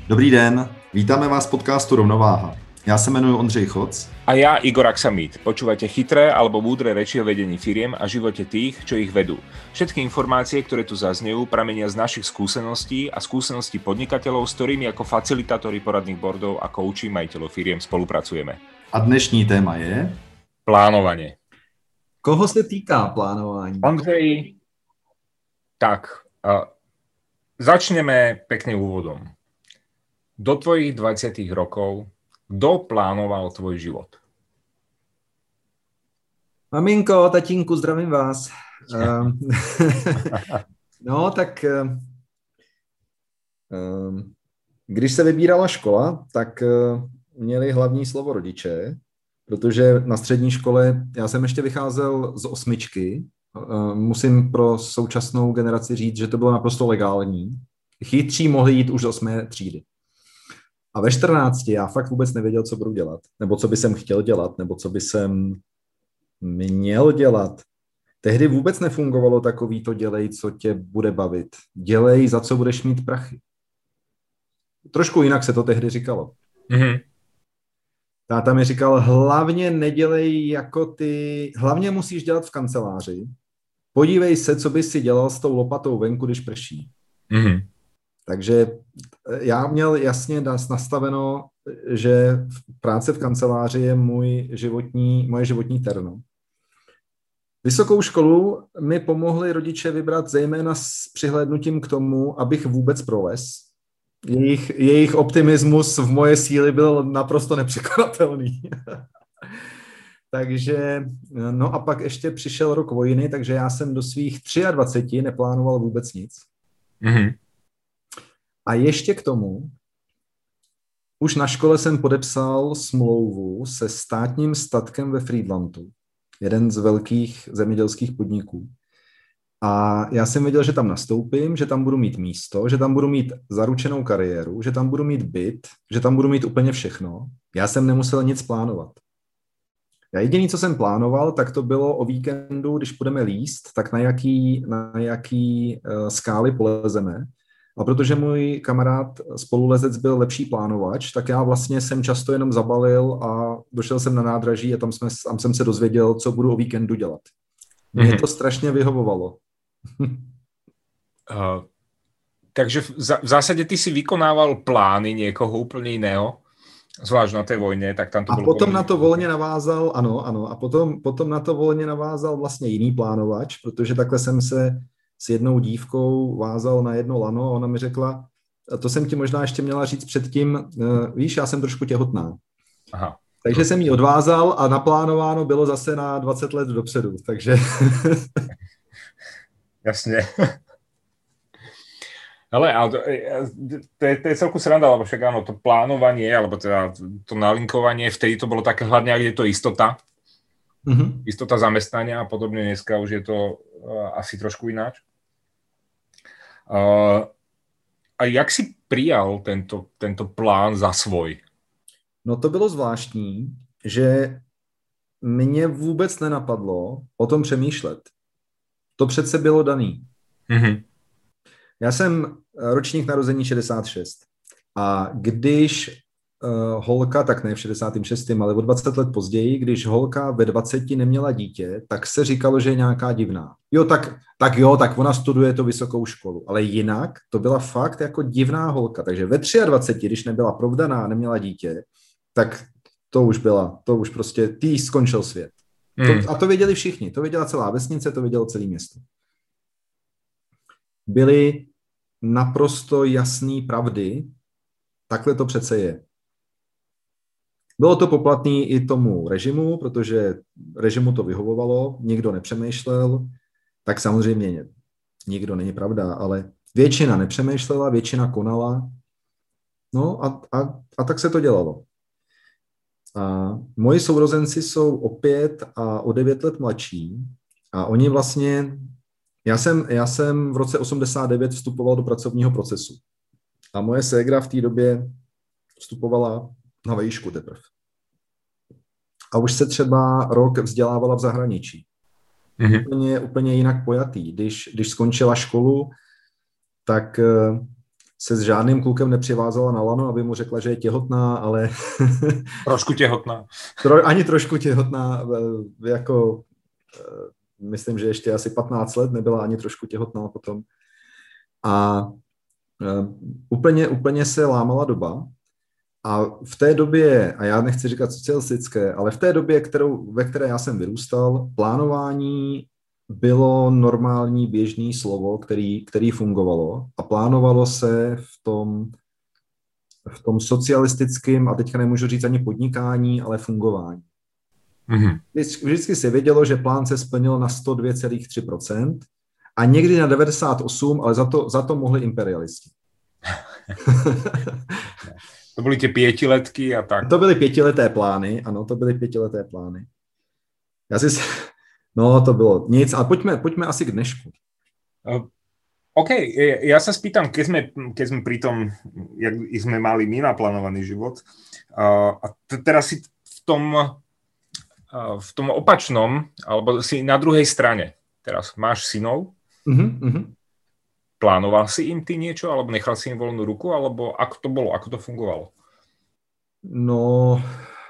Dobrý den, vítáme vás v podcastu Rovnováha. Já se jmenuji Ondřej Choc. A ja Igor Aksamit. Počúvate chytré alebo múdre reči o vedení firiem a živote tých, čo ich vedú. Všetky informácie, ktoré tu zaznejú, pramenia z našich skúseností a skúseností podnikateľov, s ktorými ako facilitátori poradných boardov a kouči majiteľov firiem spolupracujeme. A dnešní téma je... Plánovanie. Koho se týká plánování? Ondřej, tak, začneme pekným úvodom. Do tvojich 20 rokov kto plánoval tvoj život? Maminko, tatínku, zdravím vás. No, tak když se vybírala škola, tak měli hlavní slovo rodiče, protože na střední škole, já jsem ještě vycházel z 8. Musím pro současnou generaci říct, že to bylo naprosto legální. Chytří mohli jít už z 8. třídy. A ve 14 já fakt vůbec nevěděl, co budu dělat, nebo co by jsem chtěl dělat, nebo co by jsem měl dělat. Tehdy vůbec nefungovalo takový to dělej, co tě bude bavit. Dělej, za co budeš mít prachy. Trošku jinak se to tehdy říkalo. Mm-hmm. Táta mi říkal, hlavně nedělej jako ty, hlavně musíš dělat v kanceláři. Podívej se, co bys si dělal s tou lopatou venku, když prší. Mm-hmm. Takže já měl jasně nastaveno, že práce v kanceláři je moje životní terno. Vysokou školu mi pomohli rodiče vybrat zejména s přihlédnutím k tomu, abych vůbec prolez. Jejich optimismus v moje síly byl naprosto nepřekonatelný. Takže, no a pak ještě přišel rok vojny, takže já jsem do svých 23 neplánoval vůbec nic. Mm-hmm. A ještě k tomu, už na škole jsem podepsal smlouvu se státním statkem ve Frýdlantu, jeden z velkých zemědělských podniků. A já jsem věděl, že tam nastoupím, že tam budu mít místo, že tam budu mít zaručenou kariéru, že tam budu mít byt, že tam budu mít úplně všechno. Já jsem nemusel nic plánovat. Já jediné, co jsem plánoval, tak to bylo o víkendu, když budeme líst, tak na jaký skály polezeme. A protože můj kamarád spolulezec byl lepší plánovač, tak já vlastně jsem často jenom zabalil a došel jsem na nádraží a tam jsem se dozvěděl, co budu o víkendu dělat. Mně to strašně vyhovovalo. Takže v zásade ty si vykonával plány niekoho úplne iného, zvlášť na tej vojne, tak tam to bylo... A potom na to volně navázal, ano, a potom na to volně navázal vlastně jiný plánovač, protože takhle jsem se s jednou dívkou vázal na jedno lano a ona mi řekla, to jsem ti možná ještě měla říct předtím, víš, já jsem trošku těhotná. Aha. Takže jsem ji odvázal a naplánováno bylo zase na 20 let dopředu, takže... Jasne. Ale to je celku sranda, lebo však áno, to plánovanie, alebo teda to nalinkovanie, vtedy to bolo také hlavne, ak je to istota. Mm-hmm. Istota zamestnania a podobne, dneska už je to asi trošku ináč. A jak si prijal tento plán za svoj? No to bylo zvláštní, že mě vůbec nenapadlo o tom přemýšlet. To přece bylo daný. Mm-hmm. Já jsem ročník narození 66 a když holka, tak ne v 66, ale o 20 let později, když holka ve 20 neměla dítě, tak se říkalo, že je nějaká divná. Tak ona studuje to vysokou školu, ale jinak to byla fakt jako divná holka, takže ve 23, když nebyla provdaná a neměla dítě, tak to už prostě tý skončil svět. A to věděli všichni, to věděla celá vesnice, to vědělo celé město. Byly naprosto jasné pravdy, takhle to přece je. Bylo to poplatné i tomu režimu, protože režimu to vyhovovalo, nikdo nepřemýšlel, tak samozřejmě nikdo není pravda, ale většina nepřemýšlela, většina konala, no a tak se to dělalo. A moji sourozenci jsou o 5 a o 9 let mladší a oni vlastně, já jsem v roce 89 vstupoval do pracovního procesu a moje ségra v té době vstupovala na vejšku teprve. A už se třeba rok vzdělávala v zahraničí. Úplně jinak pojatý. Když skončila školu, tak se s žádným klukem nepřivázala na lano, aby mu řekla, že je těhotná, ale... Trošku těhotná. Ani trošku těhotná, jako myslím, že ještě asi 15 let nebyla ani trošku těhotná potom. A úplně se lámala doba. A v té době, a já nechci říkat socialistické, ale v té době, ve které já jsem vyrůstal, plánování bylo normální běžný slovo, který fungovalo a plánovalo se v tom socialistickém, a teďka nemůžu říct ani podnikání, ale fungování. Mm-hmm. Vždycky se vědělo, že plán se splnil na 102,3% a někdy na 98%, ale za to mohli imperialisti. To byly ty pětiletky a tak. To byly pětileté plány, ano, to byly pětileté plány. No, to bylo nic, ale poďme asi k dnešku. OK, ja sa spýtam, keď sme pri tom, jak sme mali my naplánovaný život, a teraz si v tom opačnom, alebo si na druhej strane, teraz máš synov, plánoval si im ty niečo, alebo nechal si im voľnú ruku, alebo ako to bolo, ako to fungovalo? No,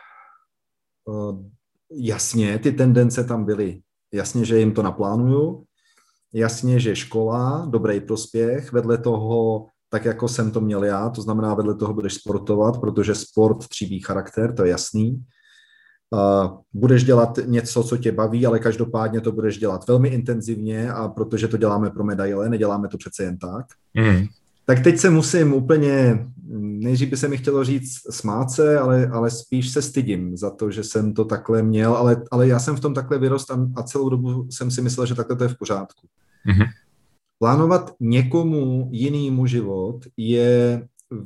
jasně, ty tendence tam byly. Jasně, že jim to naplánuju. Jasně, že škola, dobrý prospěch, vedle toho, tak jako jsem to měl já, to znamená, vedle toho budeš sportovat, protože sport tříbí charakter, to je jasný. Budeš dělat něco, co tě baví, ale každopádně to budeš dělat velmi intenzivně, a protože to děláme pro medaile, neděláme to přece jen tak. Tak teď se musím úplně, nejdřív by se mi chtělo říct smát se, ale spíš se stydím za to, že jsem to takhle měl, ale já jsem v tom takhle vyrost a celou dobu jsem si myslel, že takhle to je v pořádku. Plánovat někomu jinému život je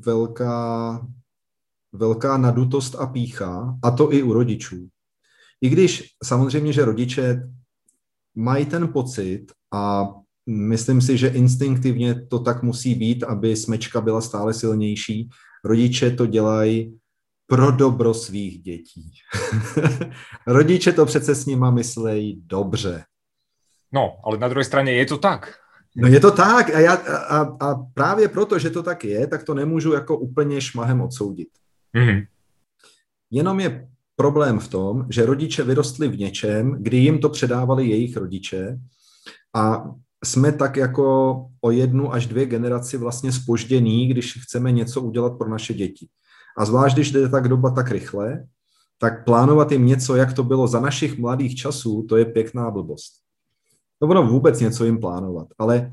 velká nadutost a pýcha, a to i u rodičů. I když samozřejmě, že rodiče mají ten pocit, a myslím si, že instinktivně to tak musí být, aby smečka byla stále silnější, rodiče to dělají pro dobro svých dětí. Rodiče to přece s nima myslejí dobře. No, ale na druhé straně je to tak. No je to tak a právě proto, že to tak je, tak to nemůžu jako úplně šmahem odsoudit. Jenom je problém v tom, že rodiče vyrostli v něčem, kdy jim to předávali jejich rodiče, a jsme tak jako o 1 až 2 generaci vlastně zpoždění, když chceme něco udělat pro naše děti. A zvlášť, když jde tak doba tak rychle, tak plánovat jim něco, jak to bylo za našich mladých časů, to je pěkná blbost. To ono vůbec něco jim plánovat, ale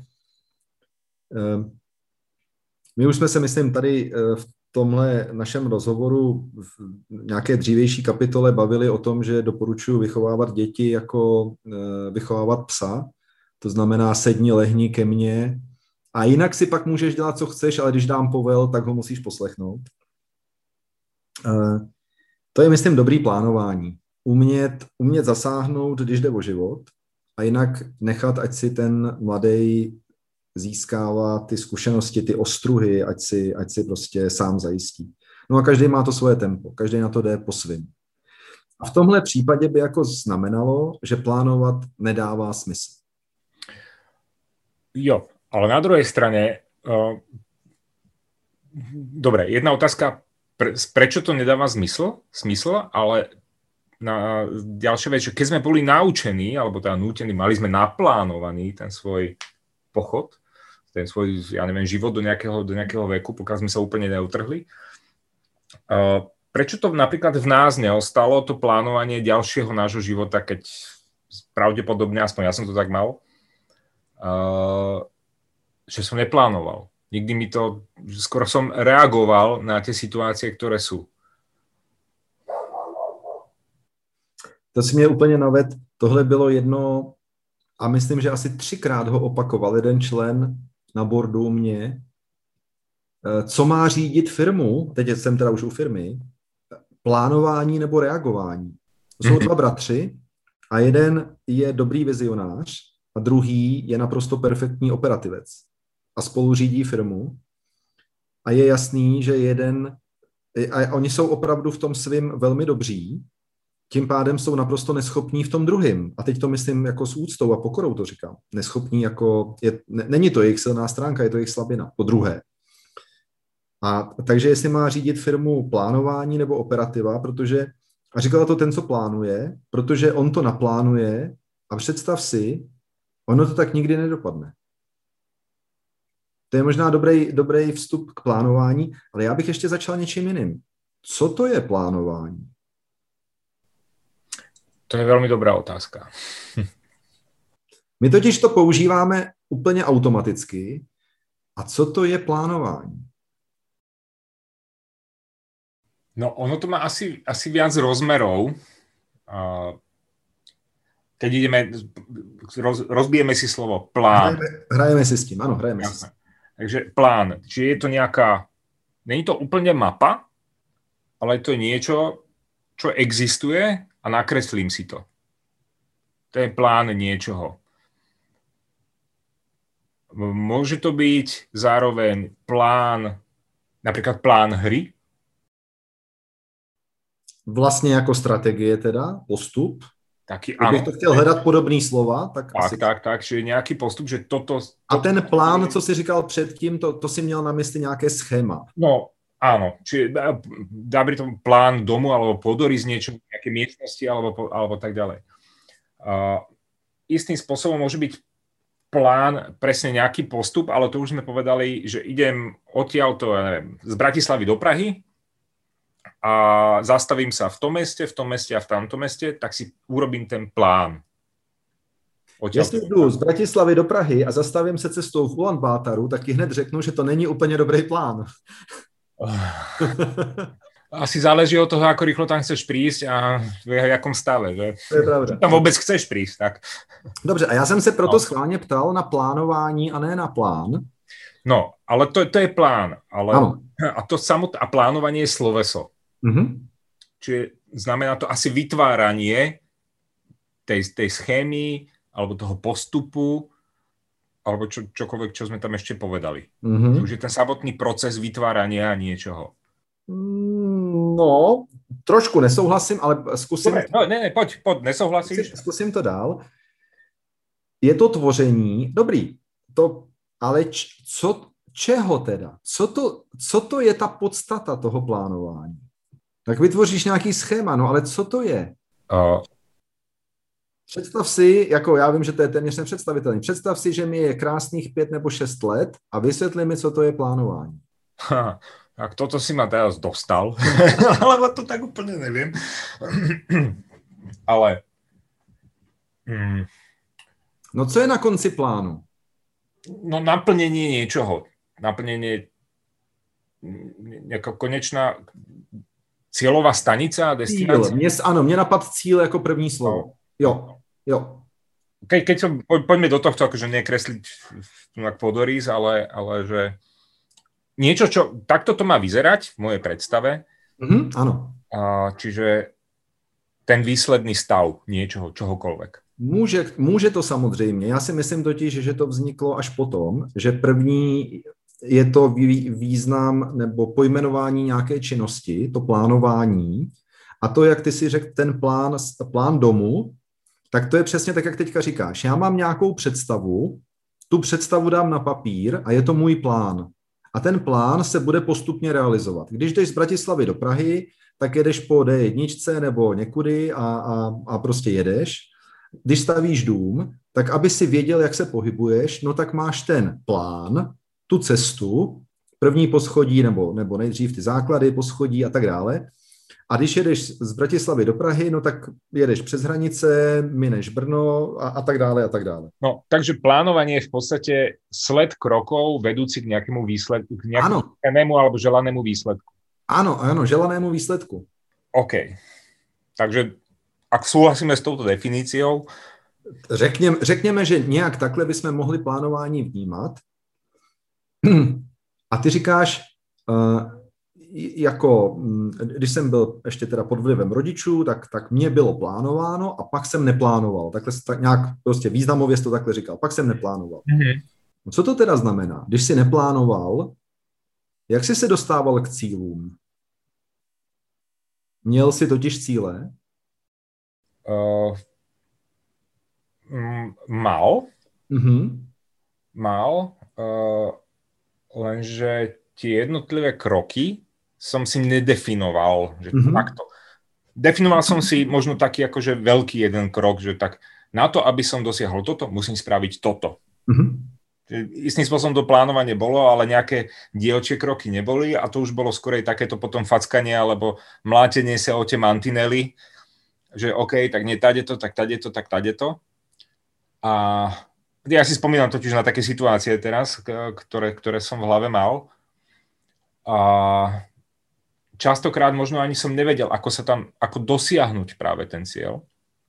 my už jsme se, myslím, tady v tomhle našem rozhovoru v nějaké dřívější kapitole bavili o tom, že doporučuji vychovávat děti jako vychovávat psa. To znamená, sedni, lehni ke mně a jinak si pak můžeš dělat, co chceš, ale když dám povel, tak ho musíš poslechnout. To je, myslím, dobrý plánování. Umět zasáhnout, když jde o život, a jinak nechat, ať si ten mladý získává ty zkušenosti, ty ostruhy, ať si prostě sám zajistí. No a každý má to svoje tempo, každý na to jde po svým. A v tomhle případě by jako znamenalo, že plánovat nedává smysl. Jo, ale na druhej strane, dobre, jedna otázka, prečo to nedáva zmysl, ale na ďalšia vec, že keď sme boli naučení, alebo teda nútení, mali sme naplánovaný ten svoj pochod, ten svoj, ja neviem, život do nejakého veku, pokiaľ sme sa úplne neutrhli. Prečo to napríklad v nás neostalo, to plánovanie ďalšieho nášho života, keď pravdepodobne, aspoň ja som to tak mal, že som neplánoval. Nikdy mi to, skoro som reagoval na tie situácie, ktoré sú. To si mě úplně naved, tohle bylo jedno, a myslím, že asi 3krát ho opakoval jeden člen na boardu mě, co má řídit firmu, teď jsem teda už u firmy, plánování nebo reagování. To jsou 2 bratři a jeden je dobrý vizionář a druhý je naprosto perfektní operativec a spolu řídí firmu a je jasný, že a oni jsou opravdu v tom svým velmi dobří, tím pádem jsou naprosto neschopní v tom druhém. A teď to myslím jako s úctou a pokorou to říkám. Neschopní jako, není to jejich silná stránka, je to jejich slabina. Po druhé. A takže jestli má řídit firmu plánování nebo operativa, a říkala to ten, co plánuje, protože on to naplánuje a představ si, ono to tak nikdy nedopadne. To je možná dobrý vstup k plánování, ale já bych ještě začal něčím jiným. Co to je plánování? To je veľmi dobrá otázka. My totiž to používáme úplně automaticky. A co to je plánování? No, ono to má asi viac rozmerov. Keď ideme, rozbijeme si slovo plán. Hrajeme si s tím, ano, hrajeme si s tím. Takže plán, či je to nejaká, není to úplne mapa, ale je to niečo, čo existuje a nakreslím si to. To je plán niečoho. Môže to byť zároveň plán, napríklad plán hry? Vlastně jako strategie teda, postup. Taky, Kdybych to chtěl hledat podobný slova, tak asi... Tak, že nějaký postup, že toto... A ten plán, co jsi říkal předtím, to si měl na mysli nějaké schéma. No, áno. Čiže dá by to plán domu, alebo podory z niečo, nejaké miestnosti, alebo tak ďalej. Istým spôsobom môže byť plán, presne nejaký postup, ale to už sme povedali, že idem odtiaľto, ja neviem, z Bratislavy do Prahy a zastavím sa v tom meste a v tamtom meste, tak si urobím ten plán. Jestli jdu z Bratislavy do Prahy a zastavím se cestou v Ulaanbaataru, tak ti hned řeknu, že to není úplně dobrý plán. Asi záleží od toho, ako rýchlo tam chceš prísť a v jakom stave. Že? To je pravda. Tam vôbec chceš prísť. Tak. Dobře, a já jsem se proto schválně ptal na plánování a ne na plán. No, ale to je plán. Ale, ano. A plánovanie je sloveso. Mhm. Čiže znamená to asi vytváranie tej schémy alebo toho postupu alebo čokoľvek, čo sme tam ešte povedali. Mhm. Už je ten samotný proces vytvárania niečoho. No, trošku nesouhlasím, ale zkusím... Dobre, no, poď, nesouhlasíš? Zkusím to dál. Je to tvoření, dobrý, ale čeho teda? Co to je ta podstata toho plánování? Tak vytvoříš nějaký schéma, no ale co to je? Představ si, jako já vím, že to je téměř nepředstavitelný, představ si, že mi je krásných 5 nebo 6 let a vysvětli mi, co to je plánování. Tak toto si ma teraz dostal, ale to tak úplne neviem. Ale... No co je na konci plánu? No naplnenie niečoho. Naplnenie nejaká konečná cieľová stanica, destinácia. Mně napad cíl jako první slovo. Jo. Poďme do tohto, akože nekresliť podorís, ale že niečo, takto to má vyzerať v mojej predstave. Ano. Čiže ten výsledný stav niečoho, čohokoľvek. Může to samozřejmě. Já si myslím totiž, že to vzniklo až potom, že první je to význam nebo pojmenování nějaké činnosti, to plánování. A to, jak ty si řekl, ten plán domu, tak to je přesně tak, jak teďka říkáš. Já mám nějakou představu, tu představu dám na papír a je to můj plán. A ten plán se bude postupně realizovat. Když jdeš z Bratislavy do Prahy, tak jedeš po D1 nebo někudy a prostě jedeš. Když stavíš dům, tak aby si věděl, jak se pohybuješ, no tak máš ten plán, tu cestu, první poschodí nebo nejdřív ty základy, poschodí a tak dále. A když jedeš z Bratislavy do Prahy, no tak jedeš přes hranice, mineš Brno a tak dále a tak dále. No, takže plánovanie je v podstate sled krokov vedúci k nejakému výsledku, k nejakému alebo želanému výsledku. Áno, želanému výsledku. OK. Takže ak súhlasíme s touto definíciou... Řekněme, že nějak takhle bychom mohli plánování vnímat. A ty říkáš, jako když jsem byl ještě teda pod vlivem rodičů, tak mě bylo plánováno a pak jsem neplánoval. Takhle tak nějak prostě významově to takhle říkal. Pak jsem neplánoval. Mm-hmm. Co to teda znamená? Když jsi neplánoval, jak jsi se dostával k cílům? Měl jsi totiž cíle? Mal. Mm-hmm. Mal, lenže tie jednotlivé kroky som si nedefinoval, že takto. Definoval som si možno taký akože veľký jeden krok, že tak na to, aby som dosiahol toto, musím spraviť toto. Istým spôsobom to plánovanie bolo, ale nejaké dielčie kroky neboli a to už bolo skorej takéto potom fackanie alebo mlátenie sa o tie mantinely, že OK, tak nie tadeto, tak tadeto, tak tadeto. A ja si spomínam totiž na také situácie teraz, ktoré som v hlave mal. A častokrát možno ani som nevedel, ako dosiahnuť práve ten cieľ.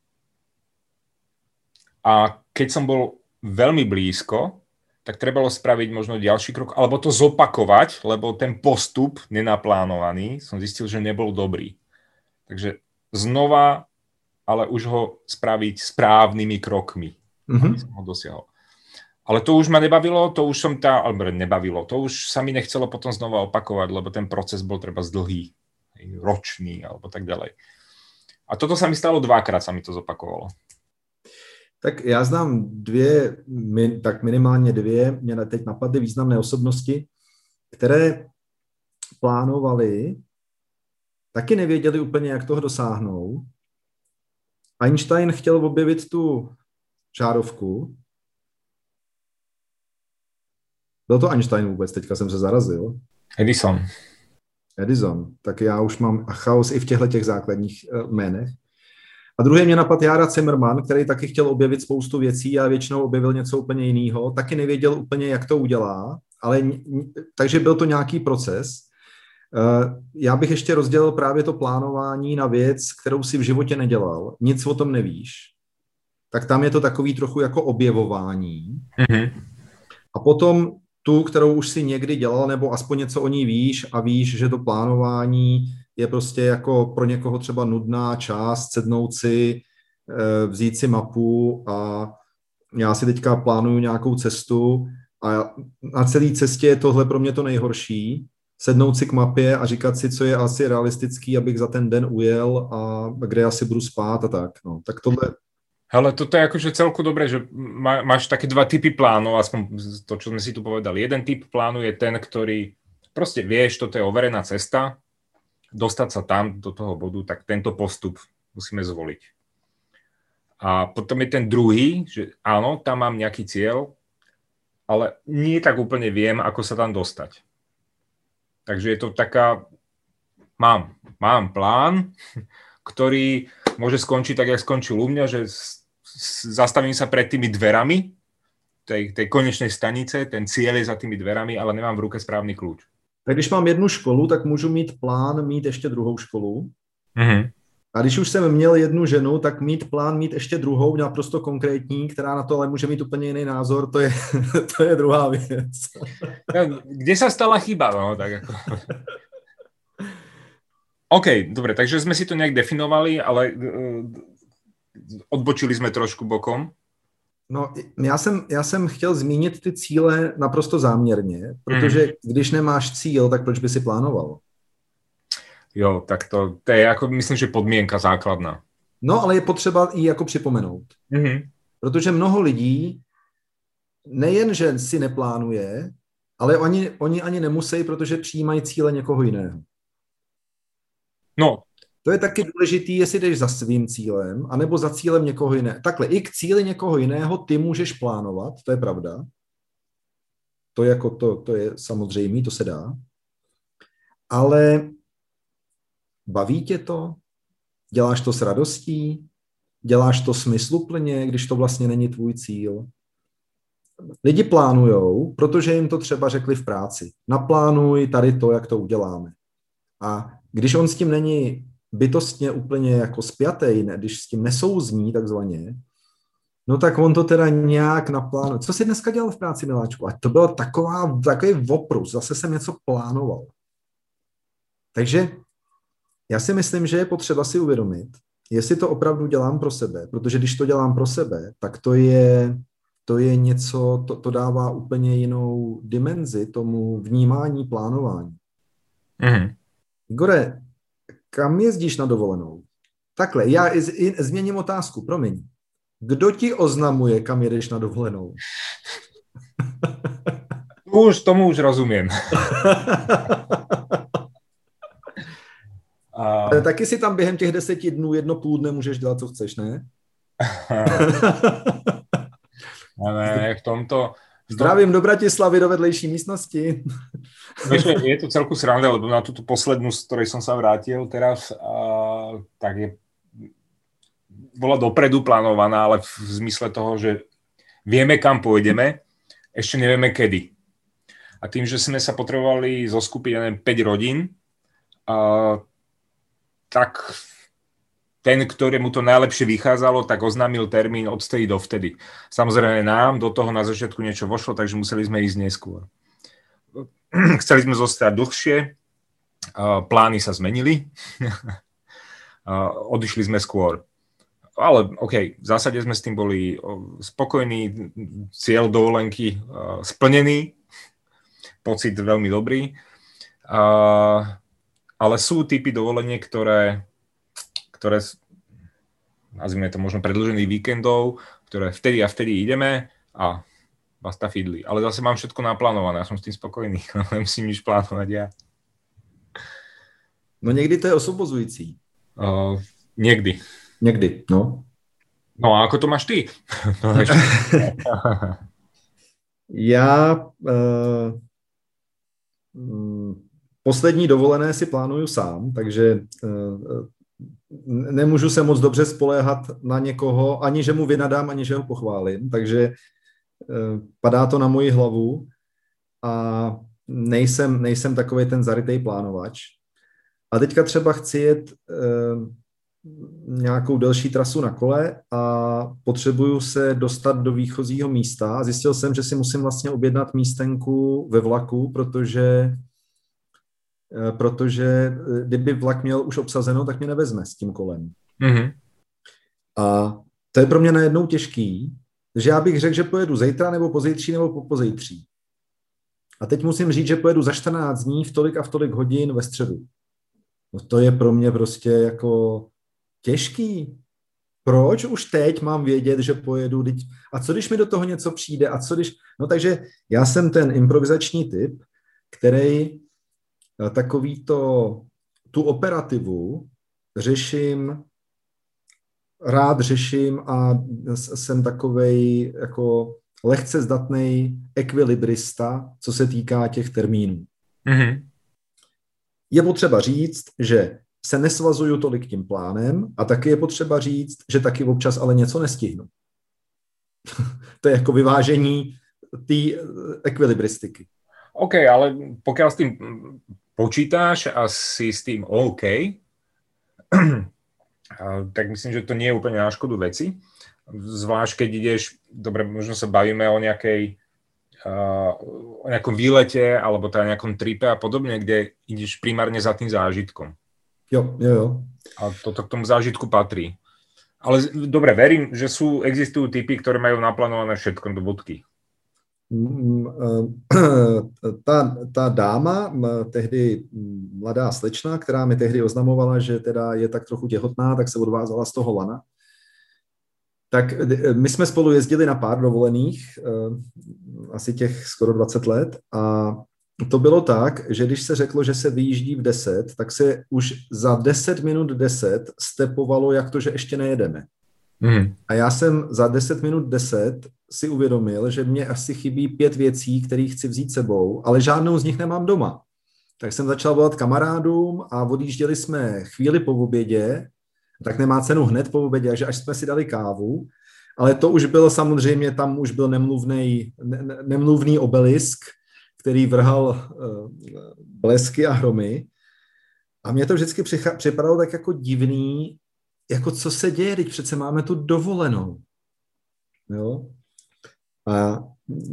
A keď som bol veľmi blízko, tak trebalo spraviť možno ďalší krok, alebo to zopakovať, lebo ten postup nenaplánovaný som zistil, že nebol dobrý. Takže znova, ale už ho spraviť správnymi krokmi, aby som ho dosiahol. Ale to už ma nebavilo, to už sa mi nechcelo potom znova opakovať, lebo ten proces bol treba dlhý, ročný, alebo tak ďalej. A toto sa mi stalo 2-krát, sa mi to zopakovalo. Tak já znám tak minimálně 2, mě teď napadly významné osobnosti, které plánovali, taky nevěděli úplně, jak toho dosáhnou. Einstein chtěl objevit tu žárovku. Byl to Einstein vůbec, teďka jsem se zarazil. Edison, tak já už mám chaos i v těchto základních jménech. A druhý mě napadl Jára Zimmerman, který taky chtěl objevit spoustu věcí a většinou objevil něco úplně jiného. Taky nevěděl úplně, jak to udělá, takže byl to nějaký proces. Já bych ještě rozdělil právě to plánování na věc, kterou si v životě nedělal. Nic o tom nevíš. Tak tam je to takový trochu jako objevování. A potom tu, kterou už si někdy dělal, nebo aspoň něco o ní víš a víš, že to plánování je prostě jako pro někoho třeba nudná část, sednout si, vzít si mapu a já si teďka plánuju nějakou cestu a na celé cestě je tohle pro mě to nejhorší, sednout si k mapě a říkat si, co je asi realistický, abych za ten den ujel a kde asi budu spát a tak. No, tak tohle... Hele, toto je akože celku dobré, že máš také 2 typy plánov, aspoň to, čo sme si tu povedali. Jeden typ plánu je ten, ktorý proste vieš, toto je overená cesta, dostať sa tam do toho bodu, tak tento postup musíme zvoliť. A potom je ten druhý, že áno, tam mám nejaký cieľ, ale nie tak úplne viem, ako sa tam dostať. Takže je to taká, mám plán, ktorý môže skončiť tak, jak skončil u mňa, že zastavím sa pred tými dverami tej konečnej stanice, ten cieľ je za tými dverami, ale nemám v ruke správny kľúč. Tak když mám jednu školu, tak můžu mít plán mít ještě druhou školu. A když už jsem měl jednu ženu, tak mít plán mít ještě druhou, naprosto konkrétní, která na to ale může mít úplně jiný názor, to je druhá věc. Kde sa stala chyba? No, tak ako... OK, dobre, takže sme si to nejak definovali, ale odbočili sme trošku bokom. No, já jsem chtěl zmínit ty cíle naprosto záměrně, protože když nemáš cíl, tak proč by si plánoval? Jo, tak to je jako, myslím, že podmienka základná. No, ale je potřeba ji jako připomenout. Protože mnoho lidí nejen, že si neplánuje, ale oni ani nemusí, protože přijímají cíle někoho jiného. No. To je taky důležitý, jestli jdeš za svým cílem, anebo za cílem někoho jiného. Takhle, i k cíli někoho jiného ty můžeš plánovat, to je pravda. To je samozřejmé, to se dá. Ale baví tě to? Děláš to s radostí? Děláš to smysluplně, když to vlastně není tvůj cíl? Lidi plánujou, protože jim to třeba řekli v práci. Naplánuj tady to, jak to uděláme. A když on s tím není bytostně úplně jako spjatej, když s tím nesouzní takzvaně, no tak on to teda nějak naplánuje. Co jsi dneska dělal v práci, miláčku? A to byl takový voprus, zase jsem něco plánoval. Takže já si myslím, že je potřeba si uvědomit, jestli to opravdu dělám pro sebe, protože když to dělám pro sebe, tak to je něco, to dává úplně jinou dimenzi tomu vnímání, plánování. Igore, kam jezdíš na dovolenou? Takhle, já změním otázku, promiň. Kdo ti oznamuje, kam jedeš na dovolenou? Tomu už rozumiem. Ale taky si tam během těch 10 dnů 1,5 dne můžeš dělat, co chceš, ne? Ne, v tomto... Zdravím do Bratislavy, do vedlejší místnosti. Je to celku sranda, lebo na túto poslednú, z ktorej som sa vrátil teraz, tak bola dopredu plánovaná, ale v zmysle toho, že vieme, kam pôjdeme, ešte nevieme kedy. A tým, že sme sa potrebovali zoskupiť 5 rodín, tak ten, ktorému to najlepšie vychádzalo, tak oznámil termín od vtedy do vtedy. Samozrejme nám do toho na začiatku niečo vošlo, takže museli sme ísť neskôr. Chceli sme zostať dlhšie, plány sa zmenili, odišli sme skôr. Ale OK, v zásade sme s tým boli spokojní, cieľ dovolenky splnený, pocit veľmi dobrý. Ale sú typy dovolenie, ktoré nazvime to možno predĺžených víkendov, ktoré vtedy a vtedy ideme a basta fidli. Ale zase mám všetko naplánované, ja som s tým spokojný, nemusím nič plánovať ja. No někdy to je osobozující. Niekdy. Někdy, no. No a ako to máš ty? Já poslední dovolené si plánuju sám, takže nemůžu se moc dobře spoléhat na někoho, ani že mu vynadám, ani že ho pochválím, takže padá to na moji hlavu a nejsem takový ten zarytej plánovač. A teďka třeba chci jet nějakou delší trasu na kole a potřebuju se dostat do výchozího místa a zjistil jsem, že si musím vlastně objednat místenku ve vlaku, protože kdyby vlak měl už obsazeno, tak mě nevezme s tím kolem. Mm-hmm. A to je pro mě najednou těžký, že já bych řekl, že pojedu zítra nebo pozítří nebo pozítří. A teď musím říct, že pojedu za 14 dní v tolik a v tolik hodin ve středu. No to je pro mě prostě jako těžký. Proč už teď mám vědět, že pojedu? A co když mi do toho něco přijde? A co když... No takže já jsem ten improvizační typ, který tu operativu rád řeším a jsem takovej jako lehce zdatnej ekvilibrista, co se týká těch termínů. Mm-hmm. Je potřeba říct, že se nesvazuju tolik tím plánem a taky je potřeba říct, že taky občas ale něco nestihnu. To je jako vyvážení té ekvilibristiky. OK, ale pokiaľ s tým počítáš a si s tým OK, tak myslím, že to nie je úplne na škodu veci. Zvlášť, keď ideš, dobre, možno sa bavíme o nejakom výlete alebo teda nejakom tripe a podobne, kde ideš primárne za tým zážitkom. Jo. A toto k tomu zážitku patrí. Ale dobre, verím, že existujú typy, ktoré majú naplánované všetko do bodky. Ta dáma, tehdy mladá slečna, která mi tehdy oznamovala, že teda je tak trochu těhotná, tak se odvázala z toho lana. Tak my jsme spolu jezdili na pár dovolených, asi těch skoro 20 let a to bylo tak, že když se řeklo, že se vyjíždí v 10, tak se už za 10 minut 10 stepovalo, jak to, že ještě nejedeme. Mm. A já jsem za 10 minut 10 si uvědomil, že mě asi chybí 5 věcí, které chci vzít sebou, ale žádnou z nich nemám doma. Tak jsem začal volat kamarádům a odjížděli jsme chvíli po obědě, tak nemá cenu hned po obědě, takže až jsme si dali kávu, ale to už bylo samozřejmě, tam už byl nemluvný obelisk, který vrhal blesky a hromy. A mě to vždycky připadalo tak jako divný, jako co se děje, teď přece máme tu dovolenou. Jo? A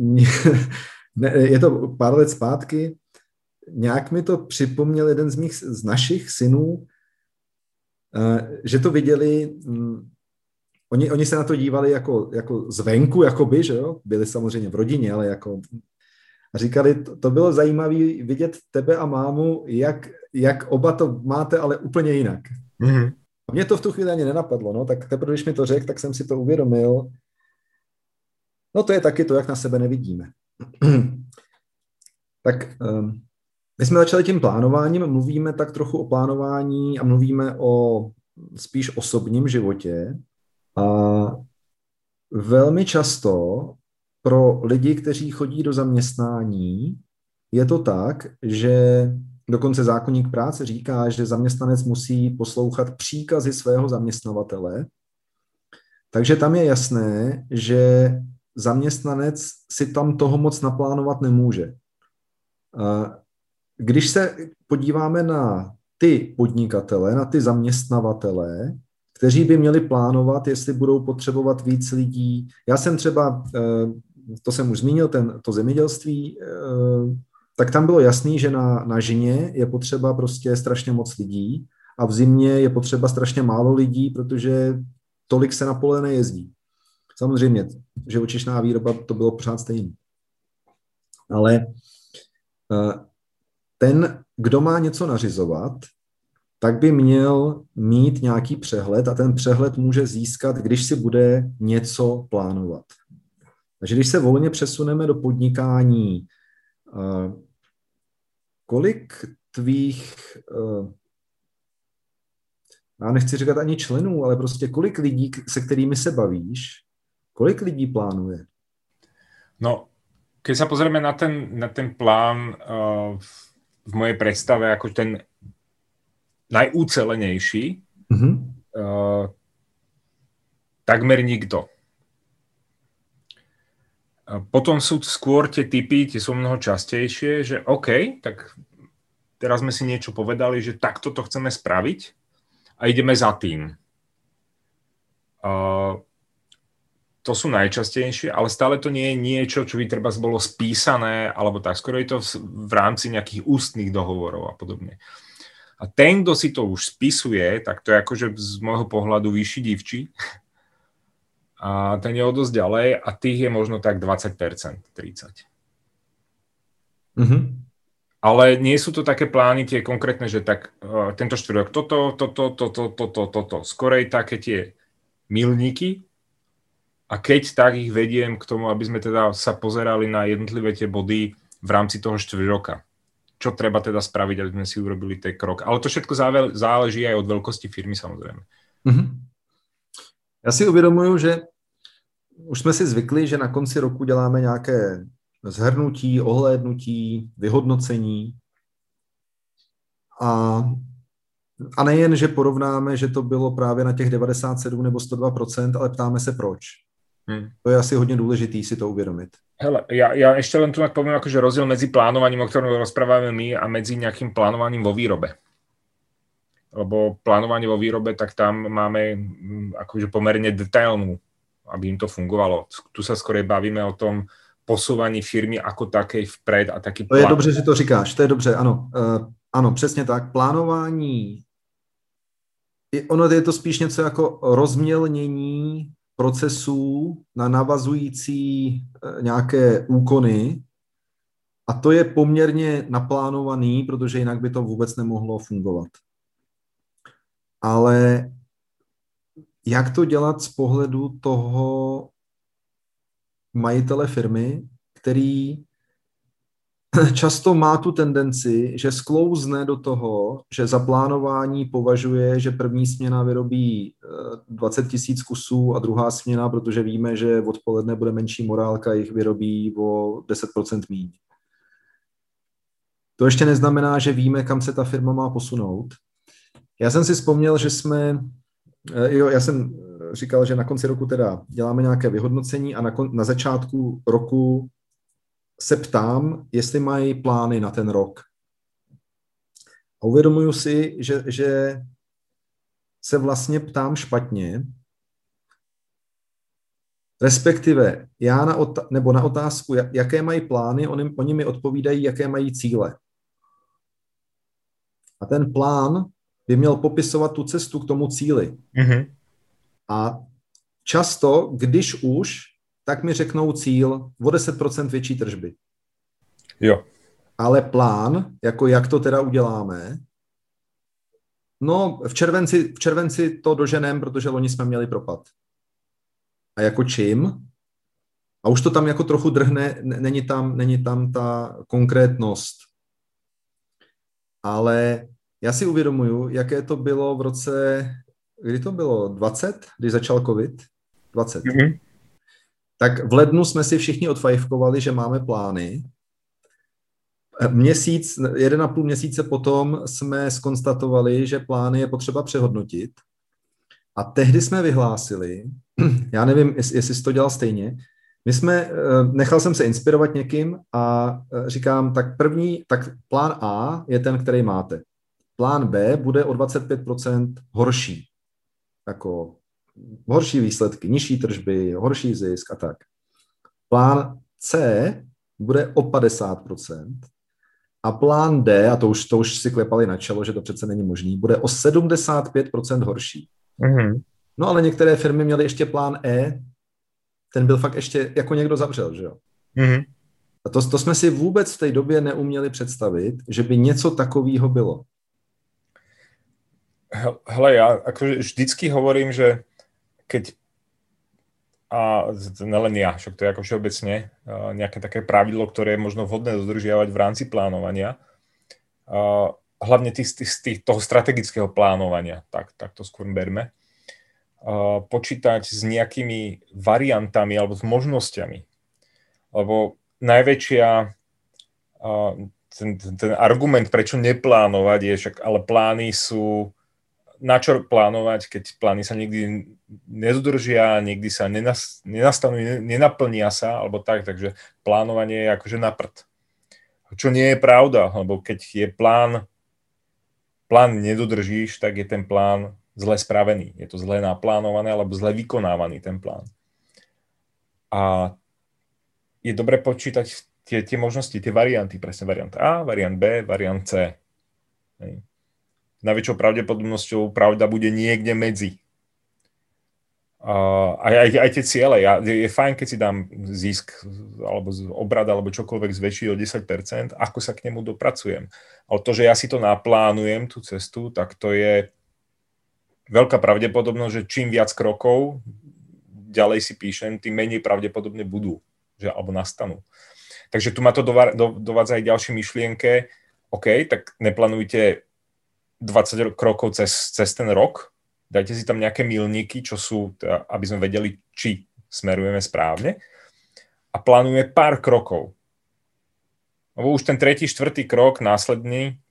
je to pár let zpátky, nějak mi to připomněl jeden z našich synů, že to viděli, oni se na to dívali jako zvenku, jakoby, že jo? Byli samozřejmě v rodině, ale jako... A říkali, to bylo zajímavé vidět tebe a mámu, jak oba to máte, ale úplně jinak. Mm-hmm. Mě to v tu chvíli ani nenapadlo, no, tak teprve, když mi to řekl, tak jsem si to uvědomil. No to je taky to, jak na sebe nevidíme. Tak my jsme začali tím plánováním, mluvíme tak trochu o plánování a mluvíme o spíš osobním životě. A velmi často pro lidi, kteří chodí do zaměstnání, je to tak, že dokonce zákoník práce říká, že zaměstnanec musí poslouchat příkazy svého zaměstnavatele. Takže tam je jasné, že zaměstnanec si tam toho moc naplánovat nemůže. Když se podíváme na ty podnikatele, na ty zaměstnavatele, kteří by měli plánovat, jestli budou potřebovat víc lidí. Já jsem třeba, to jsem už zmínil, to zemědělství, tak tam bylo jasný, že na žně je potřeba prostě strašně moc lidí a v zimě je potřeba strašně málo lidí, protože tolik se na pole nejezdí. Samozřejmě, živočišná výroba to bylo pořád stejný. Ale ten, kdo má něco nařizovat, tak by měl mít nějaký přehled a ten přehled může získat, když si bude něco plánovat. Takže když se volně přesuneme do podnikání, kolik tvých, já nechci říkat ani členů, ale prostě kolik lidí, se kterými se bavíš, kolik lidí plánuje? No, keď sa pozrieme na ten plán v mojej predstave ako ten najúcelenejší, takmer nikto. Potom sú skôr tie typy, tie sú mnoho častejšie, že OK, tak teraz sme si niečo povedali, že takto to chceme spraviť a ideme za tým. To sú najčastejšie, ale stále to nie je niečo, čo by treba bolo spísané, alebo tak. Skoro je to v rámci nejakých ústnych dohovorov a podobne. A ten, kto si to už spisuje, tak to je akože z môjho pohľadu vyšší divčí. A ten je o dosť ďalej a tých je možno tak 20%, 30%. Mm-hmm. Ale nie sú to také plány tie konkrétne, že tak tento štvrtok toto. Skorej také tie milníky. A keď tak ich vediem k tomu, aby sme teda sa pozerali na jednotlivé tie body v rámci toho štvrťroka. Čo treba teda spraviť, aby sme si urobili ten krok. Ale to všetko záleží aj od veľkosti firmy, samozrejme. Mm-hmm. Já si uvědomuju, že už jsme si zvykli, že na konci roku děláme nějaké shrnutí, ohlédnutí, vyhodnocení. A nejen, že porovnáme, že to bylo právě na těch 97 nebo 102%, ale ptáme se proč. To je asi hodně důležitý si to uvědomit. Hele, ja ešte len tu poviem akože rozdiel medzi plánovaním, o ktorom rozprávame my, a medzi nejakým plánovaním vo výrobe. Lebo plánovanie vo výrobe, tak tam máme akože pomerne detailnú, aby im to fungovalo. Tu sa skorej bavíme o tom posúvaní firmy ako takej vpred a taký plán. To je dobře, že to říkáš, to je dobře, ano. Ano, přesně tak. Plánování, ono je to spíš něco jako rozmělnění procesů na navazující nějaké úkony a to je poměrně naplánovaný, protože jinak by to vůbec nemohlo fungovat. Ale jak to dělat z pohledu toho majitele firmy, který často má tu tendenci, že sklouzne do toho, že za plánování považuje, že první směna vyrobí 20 000 kusů a druhá směna, protože víme, že odpoledne bude menší morálka, jich vyrobí o 10% míň. To ještě neznamená, že víme, kam se ta firma má posunout. Já jsem si vzpomněl, že já jsem říkal, že na konci roku teda děláme nějaké vyhodnocení a na začátku roku se ptám, jestli mají plány na ten rok. A uvědomuju si, že se vlastně ptám špatně, respektive já na otázku, jaké mají plány, oni mi odpovídají, jaké mají cíle. A ten plán by měl popisovat tu cestu k tomu cíli. Mm-hmm. A často, když už, tak mi řeknou cíl o 10% větší tržby. Jo. Ale plán, jako jak to teda uděláme, no v červenci to doženem, protože loni jsme měli propad. A jako čím? A už to tam jako trochu drhne, není tam ta konkrétnost. Ale já si uvědomuju, jaké to bylo v roce, kdy to bylo, 20, když začal covid? 20. Mm-hmm. Tak v lednu jsme si všichni odfajfkovali, že máme plány. 1,5 měsíce potom jsme zkonstatovali, že plány je potřeba přehodnotit. A tehdy jsme vyhlásili, já nevím, jestli jsi to dělal stejně, nechal jsem se inspirovat někým a říkám, tak plán A je ten, který máte. Plán B bude o 25% horší. Jako horší výsledky, nižší tržby, horší zisk a tak. Plán C bude o 50%. A plán D, a to už si klepali na čelo, že to přece není možný, bude o 75% horší. Mm-hmm. No ale některé firmy měly ještě plán E, ten byl fakt ještě jako někdo zavřel, že jo? Mm-hmm. A to jsme si vůbec v té době neuměli představit, že by něco takového bylo. Hele, ja akože vždycky hovorím, že keď a nelen ja, však to je ako všeobecne nejaké také pravidlo, ktoré je možno vhodné dodržiavať v rámci plánovania, hlavne toho strategického plánovania, tak to skôr berme, počítať s nejakými variantami alebo s možnosťami. Lebo najväčšia ten argument, prečo neplánovať je však, ale plány sú na čo plánovať, keď plány sa nikdy nedodržia, nikdy sa nenastanú, nenaplnia sa, alebo tak, takže plánovanie je akože na prd. Čo nie je pravda, lebo keď je plán nedodržíš, tak je ten plán zle spravený. Je to zle naplánované, alebo zle vykonávaný ten plán. A je dobre počítať tie možnosti, tie varianty, presne variant A, variant B, variant C. Hej. Najväčšou pravdepodobnosťou pravda bude niekde medzi. Aj tie ciele. Je fajn, keď si dám zisk alebo obrad alebo čokoľvek zväčší o 10%, ako sa k nemu dopracujem. Ale to, že ja si to naplánujem, tú cestu, tak to je veľká pravdepodobnosť, že čím viac krokov ďalej si píšem, tým menej pravdepodobne budú, alebo nastanú. Takže tu ma to dovádza aj ďalšie myšlienke. OK, tak neplánujte 20 krokov cez ten rok, dajte si tam nejaké milníky, čo sú, aby sme vedeli, či smerujeme správne, a plánujeme pár krokov. Lebo už ten 3., 4. krok následný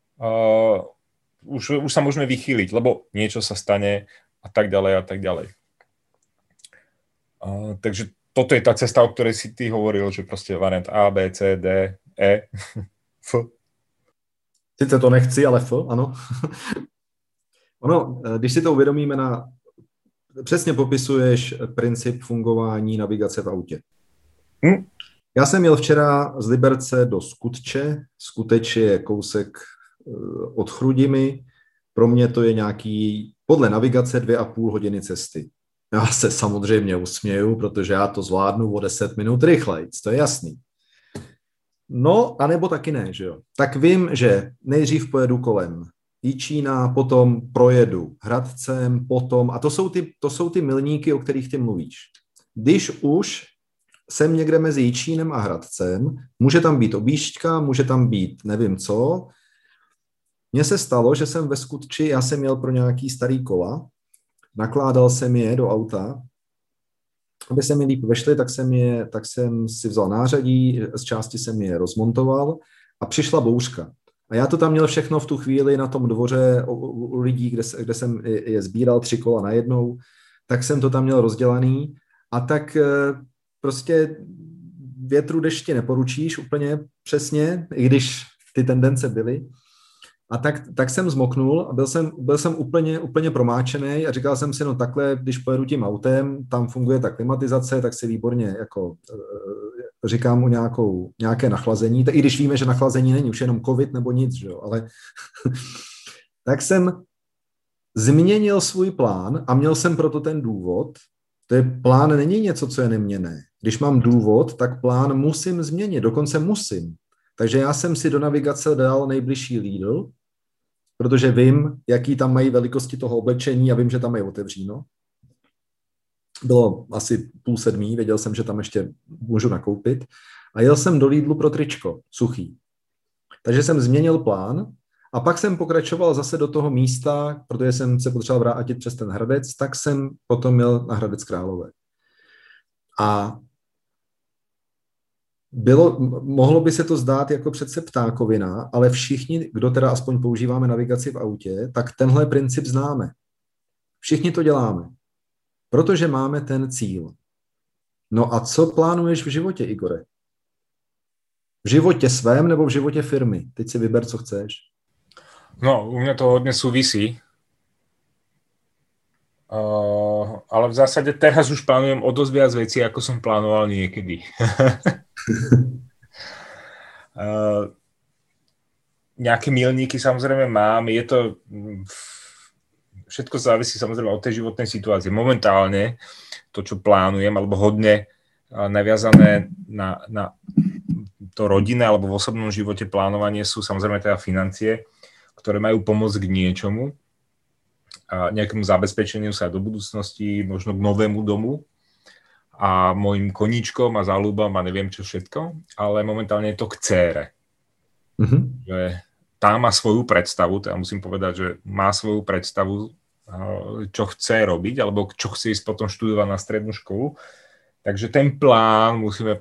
už sa môžeme vychýliť, lebo niečo sa stane a tak ďalej a tak ďalej. Takže toto je tá cesta, o ktorej si ty hovoril, že proste variant A, B, C, D, E, F. Sice to nechci, ale ano. Ono, když si to uvědomíme, přesně popisuješ princip fungování navigace v autě. Já jsem jel včera z Liberce do Skutče. Skuteč je kousek od Chrudimi. Pro mě to je nějaký, podle navigace, 2,5 hodiny cesty. Já se samozřejmě usměju, protože já to zvládnu o 10 minut rychleji, to je jasný. No, anebo taky ne, že jo. Tak vím, že nejdřív pojedu kolem Jičína, potom projedu Hradcem, potom, a to jsou ty milníky, o kterých ty mluvíš. Když už jsem někde mezi Jičínem a Hradcem, může tam být objížďka, může tam být nevím co. Mně se stalo, že jsem ve Skutči, já jsem jel pro nějaký starý kola, nakládal jsem je do auta, aby se mi líp vešly, tak jsem si vzal nářadí, z části jsem je rozmontoval a přišla bouřka. A já to tam měl všechno v tu chvíli na tom dvoře u lidí, kde jsem je sbíral 3 kola najednou, tak jsem to tam měl rozdělaný a tak prostě větru dešti neporučíš úplně přesně, i když ty tendence byly. A tak jsem zmoknul a byl jsem úplně promáčený a říkal jsem si, no takhle, když pojedu tím autem, tam funguje ta klimatizace, tak si výborně jako říkám o nějaké nachlazení, i když víme, že nachlazení není už jenom covid nebo nic, že jo, ale tak jsem změnil svůj plán a měl jsem proto ten důvod. Plán není něco, co je neměnné. Když mám důvod, tak plán musím změnit, dokonce musím. Takže já jsem si do navigace dal nejbližší Lidl, protože vím, jaký tam mají velikosti toho oblečení a vím, že tam mají otevříno. Bylo asi 6:30, věděl jsem, že tam ještě můžu nakoupit. A jel jsem do Lidlu pro tričko, suchý. Takže jsem změnil plán a pak jsem pokračoval zase do toho místa, protože jsem se potřeboval vrátit přes ten Hradec, tak jsem potom jel na Hradec Králové. A mohlo by se to zdát jako přece ptákovina, ale všichni, kdo teda aspoň používáme navigaci v autě, tak tenhle princip známe. Všichni to děláme, protože máme ten cíl. No a co plánuješ v životě, Igore? V životě svém nebo v životě firmy? Teď si vyber, co chceš. No, u mňa to hodne súvisí. Ale v zásade teraz už plánujem o dosť viac vecí, ako som plánoval niekedy. Nejaké milníky samozrejme mám. Je to... Všetko závisí samozrejme od tej životnej situácie. Momentálne to, čo plánujem, alebo hodne naviazané na to rodinné alebo v osobnom živote plánovanie sú samozrejme teda financie, ktoré majú pomôcť k niečomu, a nejakému zabezpečeniu sa do budúcnosti, možno k novému domu a môjim koníčkom a záľubám a neviem čo všetko, ale momentálne je to k dcére. Mm-hmm. Že tá má svoju predstavu, teda musím povedať, že má svoju predstavu, čo chce robiť, alebo čo chce ísť potom študovať na strednú školu. Takže ten plán musíme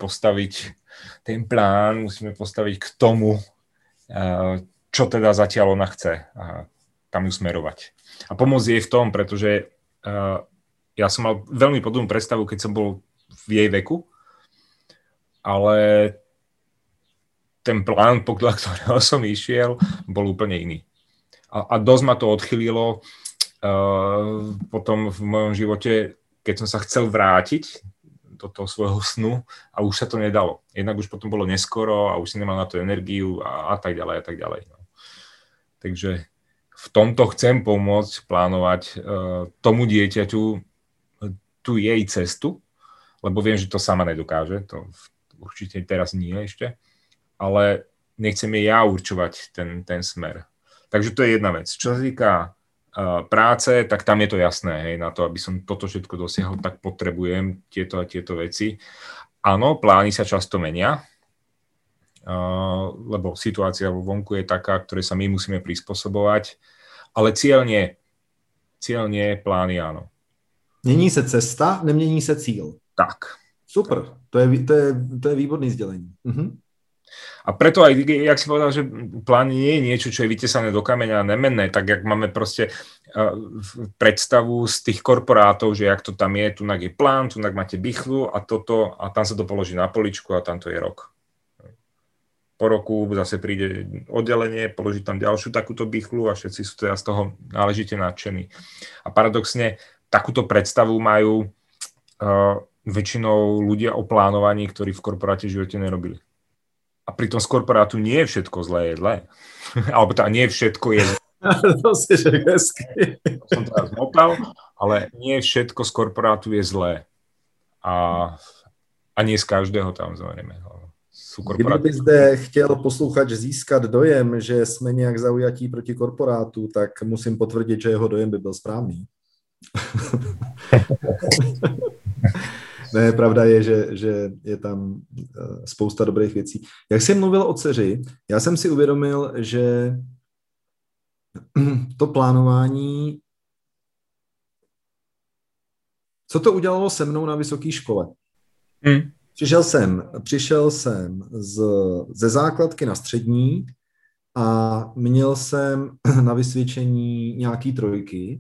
postaviť k tomu, čo teda zatiaľ ona chce a tam ju smerovať. A pomôcť jej v tom, pretože ja som mal veľmi podobnú predstavu, keď som bol v jej veku, ale ten plán, podľa ktorého som išiel, bol úplne iný. A dosť ma to odchylilo potom v mojom živote, keď som sa chcel vrátiť do toho svojho snu a už sa to nedalo. Jednak už potom bolo neskoro a už si nemal na to energiu a tak ďalej a tak ďalej. No. Takže v tomto chcem pomôcť plánovať tomu dieťaťu tú jej cestu, lebo viem, že to sama nedokáže, to určite teraz nie ešte, ale nechcem jej ja určovať ten smer. Takže to je jedna vec. Čo sa týka práce, tak tam je to jasné, hej, na to, aby som toto všetko dosiahol, tak potrebujem tieto a tieto veci. Áno, plány sa často menia, lebo situácia vo vonku je taká, ktorej sa my musíme prispôsobovať, ale cieľ nie, plány áno. Mění se cesta, nemění se cíl. Tak. Super, to je výborný sdělení. Mhm. A preto aj, jak si povedal, že plán nie je niečo, čo je vytesané do kameňa a nemenné, tak jak máme proste predstavu z tých korporátov, že jak to tam je, tunak je plán, tunak máte bichlu a toto a tam sa to položí na poličku a tam to je rok. Po roku zase príde oddelenie, položí tam ďalšiu takúto bichlu a všetci sú teda z toho náležite nadšení. A paradoxne takúto predstavu majú väčšinou ľudia o plánovaní, ktorí v korporáte v živote nerobili. A pritom z korporátu nie je všetko zlé, je zlé. Alebo teda nie všetko je zlé. To si řekl hezky. To som teraz zmotal, ale nie všetko z korporátu je zlé. A nie z každého tam zaujímavé. Kdyby zde chtěl posluchač získat dojem, že jsme nějak zaujatí proti korporátu, tak musím potvrdit, že jeho dojem by byl správný. Ne, pravda je, že je tam spousta dobrých věcí. Jak jsi mluvil o dceři, já jsem si uvědomil, že to plánování, co to udělalo se mnou na vysoké škole? Přišel jsem ze základky na střední a měl jsem na vysvědčení nějaký 3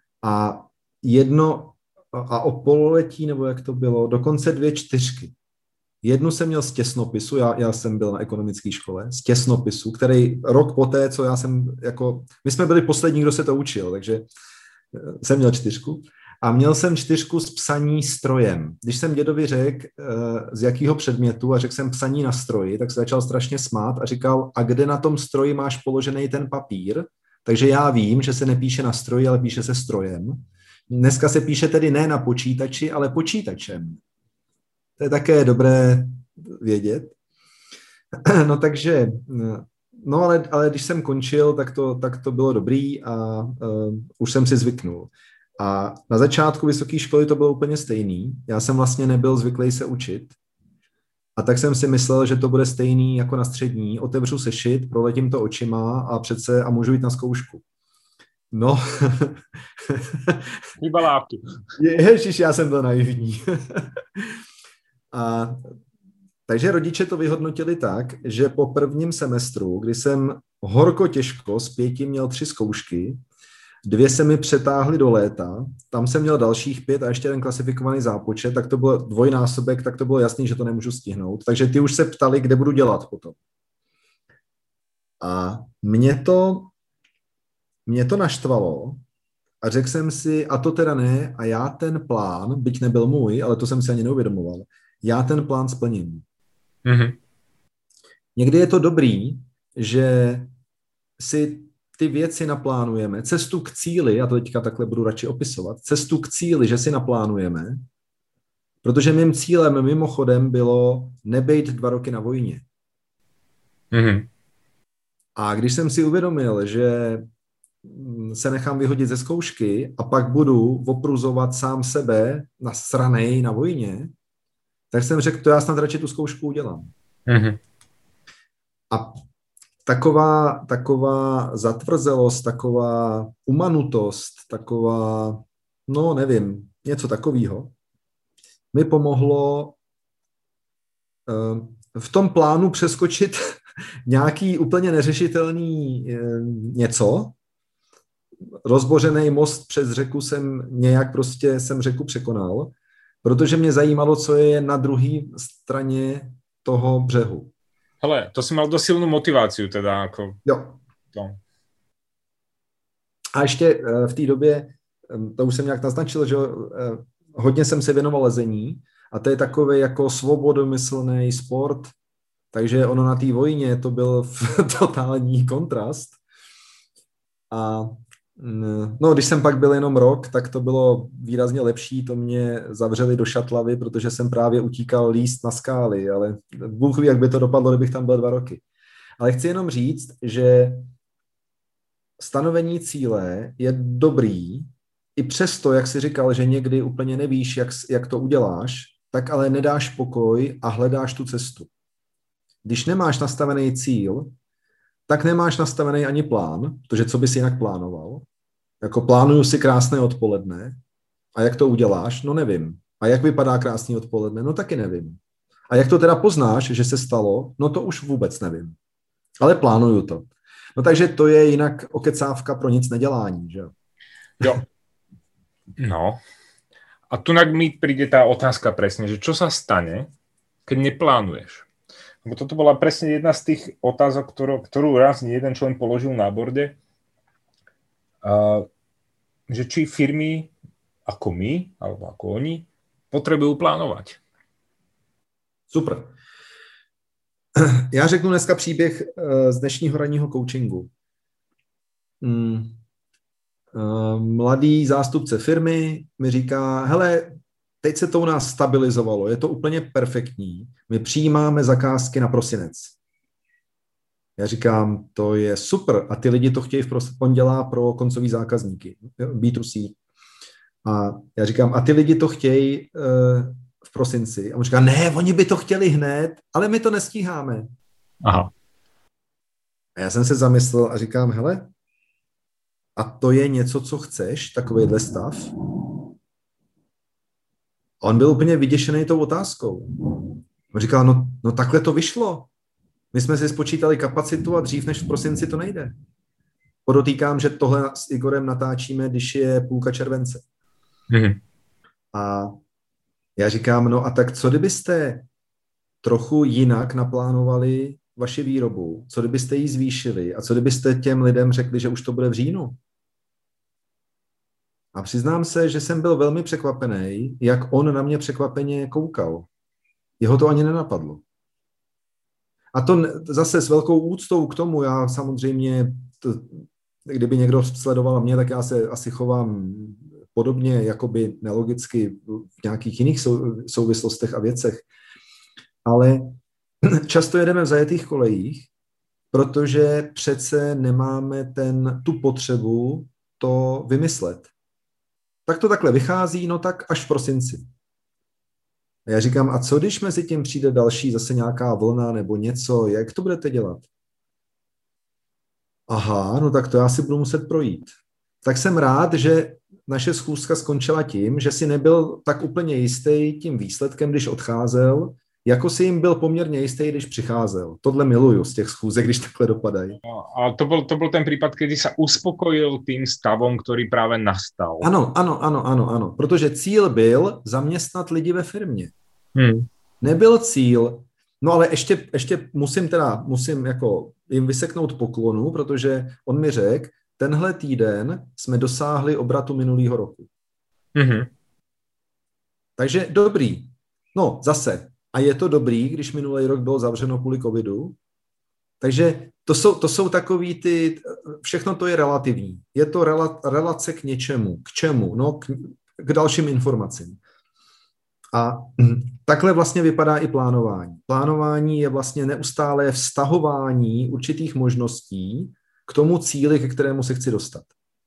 a o pololetí, nebo jak to bylo, dokonce 2 4. Jednu jsem měl z těsnopisu, já jsem byl na ekonomické škole, z těsnopisu, který rok poté, co já jsem, my jsme byli poslední, kdo se to učil, takže jsem měl 4. A měl jsem 4 z psaní strojem. Když jsem dědovi řekl, z jakého předmětu, a řekl jsem psaní na stroji, tak se začal strašně smát a říkal, a kde na tom stroji máš položený ten papír? Takže já vím, že se nepíše na stroji, ale píše se strojem. Dneska se píše tedy ne na počítači, ale počítačem. To je také dobré vědět. No takže, ale když jsem končil, tak to bylo dobrý a už jsem si zvyknul. A na začátku vysoké školy to bylo úplně stejný. Já jsem vlastně nebyl zvyklý se učit. A tak jsem si myslel, že to bude stejný jako na střední. Otevřu sešit, proletím to očima a můžu jít na zkoušku. No. Chyba lávky. Ježiš, já jsem byl naivní. Takže rodiče to vyhodnotili tak, že po prvním semestru, kdy jsem horko těžko z 5 měl 3 zkoušky, 2 se mi přetáhly do léta, tam jsem měl dalších 5 a ještě jeden klasifikovaný zápočet, tak to bylo dvojnásobek, tak to bylo jasný, že to nemůžu stihnout. Takže ty už se ptali, kde budu dělat potom. A mě to naštvalo a řekl jsem si, a to teda ne, a já ten plán, byť nebyl můj, ale to jsem si ani neuvědomoval, já ten plán splním. Mm-hmm. Někdy je to dobrý, že si ty věci naplánujeme, cestu k cíli, já to teďka takhle budu radši opisovat, cestu k cíli, že si naplánujeme, protože mým cílem mimochodem bylo nebejt 2 roky na vojně. Mm-hmm. A když jsem si uvědomil, že se nechám vyhodit ze zkoušky a pak budu opruzovat sám sebe nasranej na vojně, tak jsem řekl, to já snad radši tu zkoušku udělám. Mm-hmm. A taková zatvrzelost, taková umanutost, taková, no nevím, něco takového, mi pomohlo v tom plánu přeskočit nějaký úplně neřešitelný něco. Rozbořený most přes řeku jsem řeku překonal, protože mě zajímalo, co je na druhé straně toho břehu. Hele, to si mal dosť silnú motiváciu teda. Jo. No. A ještě v té době, to už jsem nějak naznačil, že hodně jsem se věnoval lezení a to je takový jako svobodomyslný sport, takže ono na té vojně to byl totální kontrast. A no, když jsem pak byl jenom rok, tak to bylo výrazně lepší, to mě zavřeli do šatlavy, protože jsem právě utíkal líst na skály, ale Bůh ví, jak by to dopadlo, kdybych tam byl 2 roky. Ale chci jenom říct, že stanovení cíle je dobrý, i přesto, jak jsi říkal, že někdy úplně nevíš, jak to uděláš, tak ale nedáš pokoj a hledáš tu cestu. Když nemáš nastavený cíl, tak nemáš nastavený ani plán, protože co bys jinak plánoval. Jako plánuju si krásné odpoledne a jak to uděláš, no nevím. A jak vypadá krásný odpoledne, no taky nevím. A jak to teda poznáš, že se stalo, no to už vůbec nevím. Ale plánuju to. No takže to je jinak okecávka pro nic nedělání, že Jo. No. A tu mi príde tá otázka presne, že čo sa stane, keď neplánuješ? Lebo toto bola presne jedna z tých otázok, ktorú raz jeden člen položil na borde, že či firmy ako my, alebo ako oni, potrebujú plánovať. Super. Já řeknu dneska příběh z dnešního ranního coachingu. Mladý zástupce firmy mi říká, hele, teď se to u nás stabilizovalo, je to úplně perfektní, my přijímáme zakázky na prosinec. Já říkám, to je super a ty lidi to chtějí on dělá pro koncový zákazníky, B2C. A já říkám, a ty lidi to chtějí v prosinci. A on říká, ne, oni by to chtěli hned, ale my to nestíháme. Aha. A já jsem se zamyslel a říkám, hele, a to je něco, co chceš, takovýhle stav? A on byl úplně vyděšený tou otázkou. On říkal, no takhle to vyšlo. My jsme si spočítali kapacitu a dřív než v prosinci to nejde. Podotýkám, že tohle s Igorem natáčíme, když je půlka července. Mm-hmm. A já říkám, no a tak co kdybyste trochu jinak naplánovali vaši výrobu? Co kdybyste ji zvýšili? A co kdybyste těm lidem řekli, že už to bude v říjnu? A přiznám se, že jsem byl velmi překvapený, jak on na mě překvapeně koukal. Jeho to ani nenapadlo. A to zase s velkou úctou k tomu, já samozřejmě, kdyby někdo sledoval mě, tak já se asi chovám podobně, jakoby nelogicky v nějakých jiných souvislostech a věcech. Ale často jedeme v zajetých kolejích, protože přece nemáme tu potřebu to vymyslet. tak to takhle vychází, no tak až v prosinci. A já říkám, a co když mezi tím přijde další zase nějaká vlna nebo něco, jak to budete dělat? Aha, no tak to já si budu muset projít. Tak jsem rád, že naše schůzka skončila tím, že si nebyl tak úplně jistý tím výsledkem, když odcházel, jako si jim byl poměrně jistý, když přicházel. Tohle miluju z těch schůzek, když takhle dopadají. A to bol ten prípad, kedy sa uspokojil tým stavom, ktorý práve nastal. Ano. Protože cíl byl zaměstnat lidi ve firmě. Nebyl cíl, no ale ještě musím jako jim vyseknout poklonu, protože on mi řekl, tenhle týden jsme dosáhli obratu minulého roku. Takže dobrý. No zase, a je to dobrý, když minulý rok bylo zavřeno kvůli covidu. Takže to jsou takový všechno to je relativní. Je to relace k něčemu. K čemu? No k dalším informacím. A takhle vlastně vypadá i plánování. Plánování je vlastně neustálé vztahování určitých možností k tomu cíli, ke kterému se chci dostat.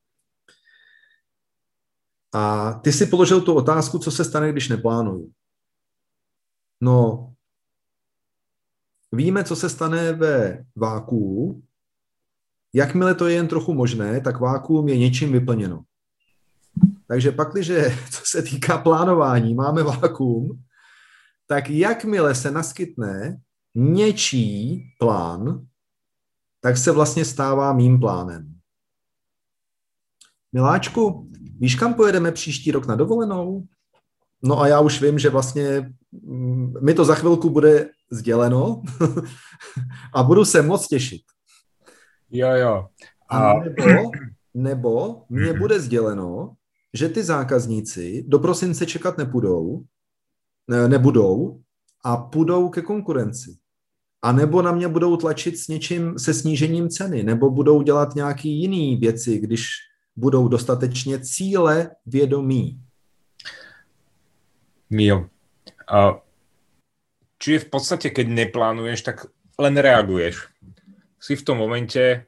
A ty si položil tu otázku, co se stane, když neplánuju. No, víme, co se stane ve vákuu. Jakmile to je jen trochu možné, tak vákuum je něčím vyplněno. Takže pakliže, co se týká plánování, máme vákuum, tak jakmile se naskytne něčí plán, tak se vlastně stává mým plánem. Miláčku, víš, kam pojedeme příští rok na dovolenou? No a já už vím, že vlastně mi to za chvilku bude sděleno a budu se moc těšit. Jo. A nebo mně bude sděleno, že ty zákazníci do prosince čekat nebudou a půjdou ke konkurenci. A nebo na mě budou tlačit s něčím se snížením ceny, nebo budou dělat nějaké jiné věci, když budou dostatečně cíle vědomí. Mio, čiže v podstate, keď neplánuješ, tak len reaguješ. Si v tom momente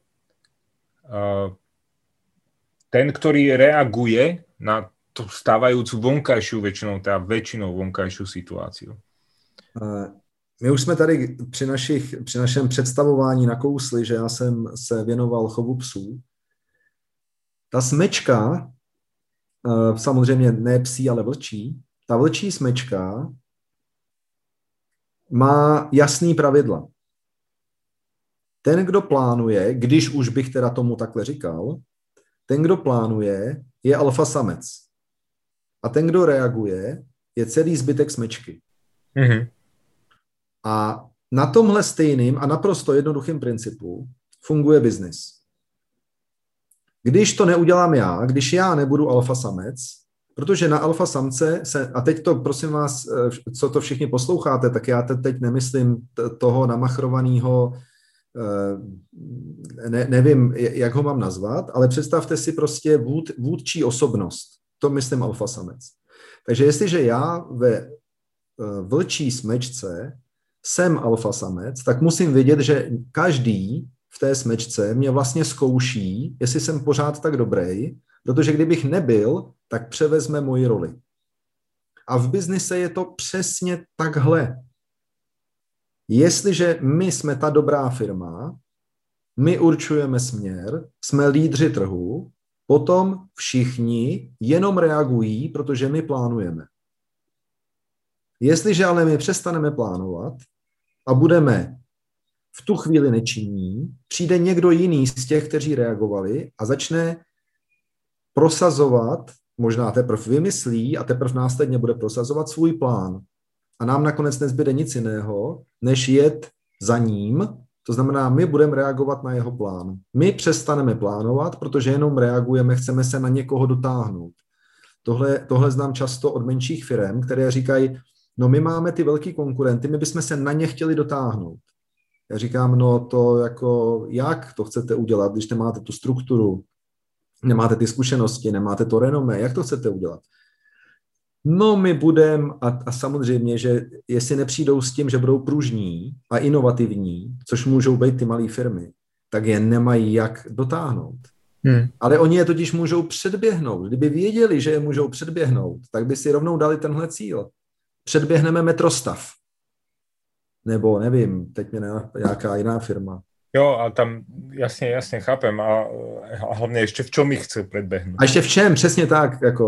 ten, ktorý reaguje na tú stávajúcu vonkajšiu väčšinou vonkajšiu situáciu. My už jsme tady při našem představování nakousli, že já jsem se věnoval chovu psů. Ta smečka, samozřejmě ne psí, ale vlčí, ta vlčí smečka má jasný pravidla. Ten, kdo plánuje, když už bych teda tomu takhle říkal, ten, kdo plánuje, je alfa samec. A ten, kdo reaguje, je celý zbytek smečky. A na tomhle stejným a naprosto jednoduchým principu funguje biznis. Když to neudělám já, když já nebudu alfa samec, protože na alfa samce a teď to, prosím vás, co to všichni posloucháte, tak já teď nemyslím toho namachrovaného, nevím, jak ho mám nazvat, ale představte si prostě vůdčí osobnost. To myslím alfa samec. Takže jestliže já ve vlčí smečce jsem alfa samec, tak musím vědět, že každý v té smečce mě vlastně zkouší, jestli jsem pořád tak dobrý, protože kdybych nebyl, tak převezme moji roli. A v biznise je to přesně takhle. Jestliže my jsme ta dobrá firma, my určujeme směr, jsme lídři trhu, potom všichni jenom reagují, protože my plánujeme. Jestliže ale my přestaneme plánovat a budeme v tu chvíli nečinní, přijde někdo jiný z těch, kteří reagovali a začne prosazovat, možná teprve vymyslí a teprve následně bude prosazovat svůj plán. A nám nakonec nezbyde nic jiného, než jet za ním. To znamená, my budeme reagovat na jeho plán. My přestaneme plánovat, protože jenom reagujeme, chceme se na někoho dotáhnout. Tohle znám často od menších firem, které říkají, no my máme ty velký konkurenty, my bychom se na ně chtěli dotáhnout. Já říkám, no to jako, jak to chcete udělat, když nemáte tu strukturu, nemáte ty zkušenosti, nemáte to renomé, jak to chcete udělat? No my budeme, a samozřejmě, že jestli nepřijdou s tím, že budou pružní a inovativní, což můžou být ty malé firmy, tak je nemají jak dotáhnout. Ale oni je totiž můžou předběhnout. Kdyby věděli, že je můžou předběhnout, tak by si rovnou dali tenhle cíl. Předběhneme Metrostav. Nebo nevím, teď mě nějaká jiná firma. Jo, a tam jasně chápem. A hlavně ještě v čom ich chce předběhnout. A ještě v čem, přesně tak. Jako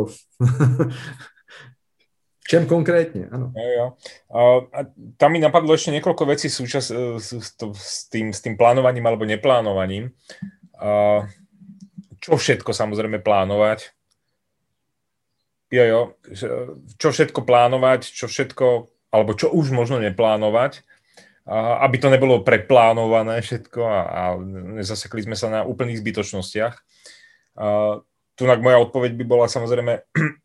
v čem konkrétně, ano. Jo. A tam mi napadlo ešte niekoľko vecí s tým plánovaním alebo neplánovaním. Čo všetko samozrejme plánovať? Čo všetko plánovať, alebo čo už možno neplánovať, aby to nebolo preplánované všetko a nezasekli sme sa na úplných zbytočnostiach. Tunak moja odpoveď by bola samozrejme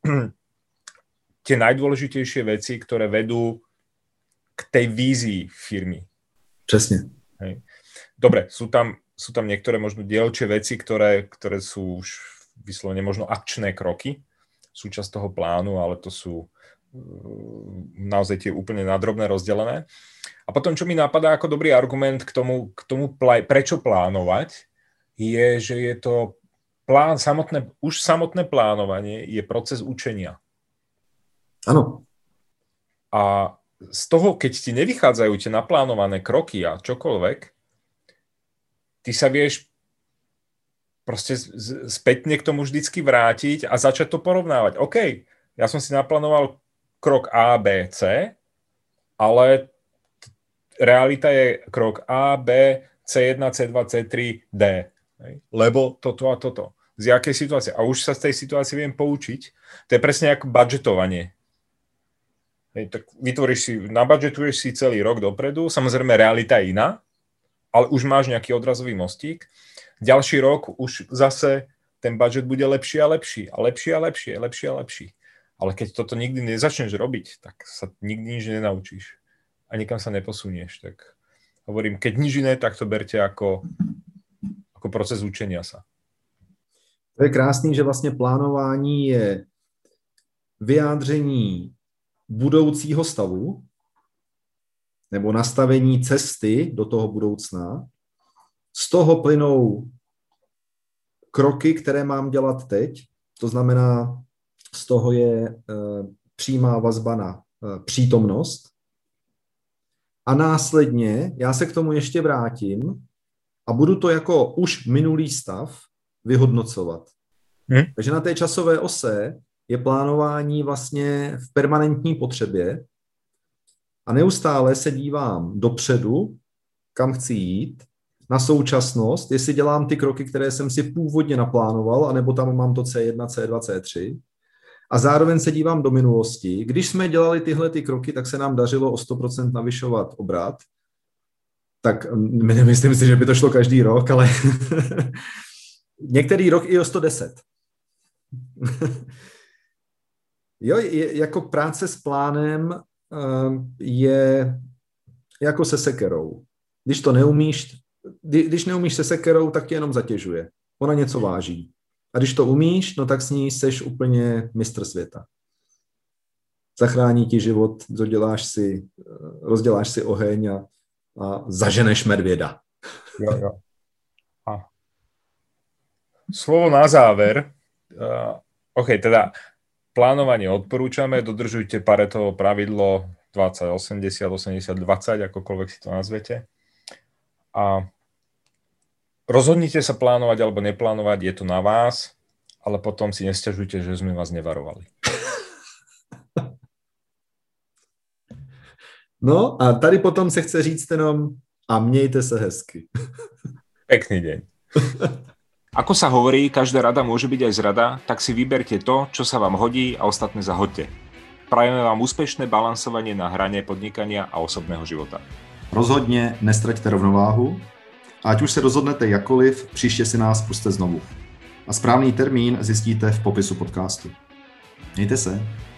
tie najdôležitejšie veci, ktoré vedú k tej vízii firmy. Přesně. Hej. Dobre, sú tam niektoré možno dielčie veci, ktoré sú už vyslovene možno akčné kroky, súčasť toho plánu, ale to sú naozaj tie úplne nadrobné rozdelené. A potom, čo mi napadá ako dobrý argument k tomu prečo plánovať, je, že je to plán samotné plánovanie je proces učenia. Ano. A z toho, keď ti nevychádzajú tie naplánované kroky a čokoľvek, ty sa vieš proste spätne k tomu vždycky vrátiť a začať to porovnávať. OK, ja som si naplánoval krok A, B, C, ale realita je krok A, B, C1, C2, C3, D. Lebo toto a toto. Z jakej situácie? A už sa z tej situácie viem poučiť. To je presne ako budžetovanie. Tak nabudžetuješ si celý rok dopredu, samozrejme realita je iná, ale už máš nejaký odrazový mostík. Ďalší rok už zase ten budžet bude lepší a lepší a lepší a lepší a lepší a lepší. Ale keď toto nikdy nezačneš robiť, tak sa nikdy nič nenaučíš a nikam sa neposunieš. Tak hovorím, keď nič iné, tak to berte ako proces učenia sa. To je krásný, že vlastně plánování je vyjádření budoucího stavu nebo nastavení cesty do toho budoucna. Z toho plynou kroky, které mám dělat teď. To znamená, z toho je přímá vazba na přítomnost. A následně já se k tomu ještě vrátím a budu to jako už minulý stav vyhodnocovat. Takže na té časové ose je plánování vlastně v permanentní potřebě a neustále se dívám dopředu, kam chci jít, na současnost, jestli dělám ty kroky, které jsem si původně naplánoval, anebo tam mám to C1, C2, C3. A zároveň se dívám do minulosti. Když jsme dělali tyhle ty kroky, tak se nám dařilo o 100% navyšovat obrat. Tak nemyslím si, že by to šlo každý rok, ale některý rok i o 110. Jo, jako práce s plánem je jako se sekerou. Když neumíš se sekerou, tak tě jenom zatěžuje. Ona něco váží. A když to umíš, no tak s ní seš úplně mistr světa. Zachrání ti život, rozděláš si oheň a zaženeš medvěda. Jo. A slovo na záver. OK, teda plánovanie odporúčame, dodržujte Paretovo pravidlo 20-80, 80-20, akokoľvek si to nazvete. A rozhodnite sa plánovať alebo neplánovať, je to na vás, ale potom si nesťažujte, že sme vás nevarovali. No a tady potom se chce říct jenom a mějte se hezky. Pekný deň. Ako sa hovorí, každá rada môže byť aj zrada, tak si vyberte to, čo sa vám hodí a ostatné zahoďte. Prajeme vám úspešné balansovanie na hrane podnikania a osobného života. Rozhodně nestraťte rovnováhu a ať už se rozhodnete jakkoliv, příště si nás pusťte znovu. A správný termín zjistíte v popisu podcastu. Mějte se.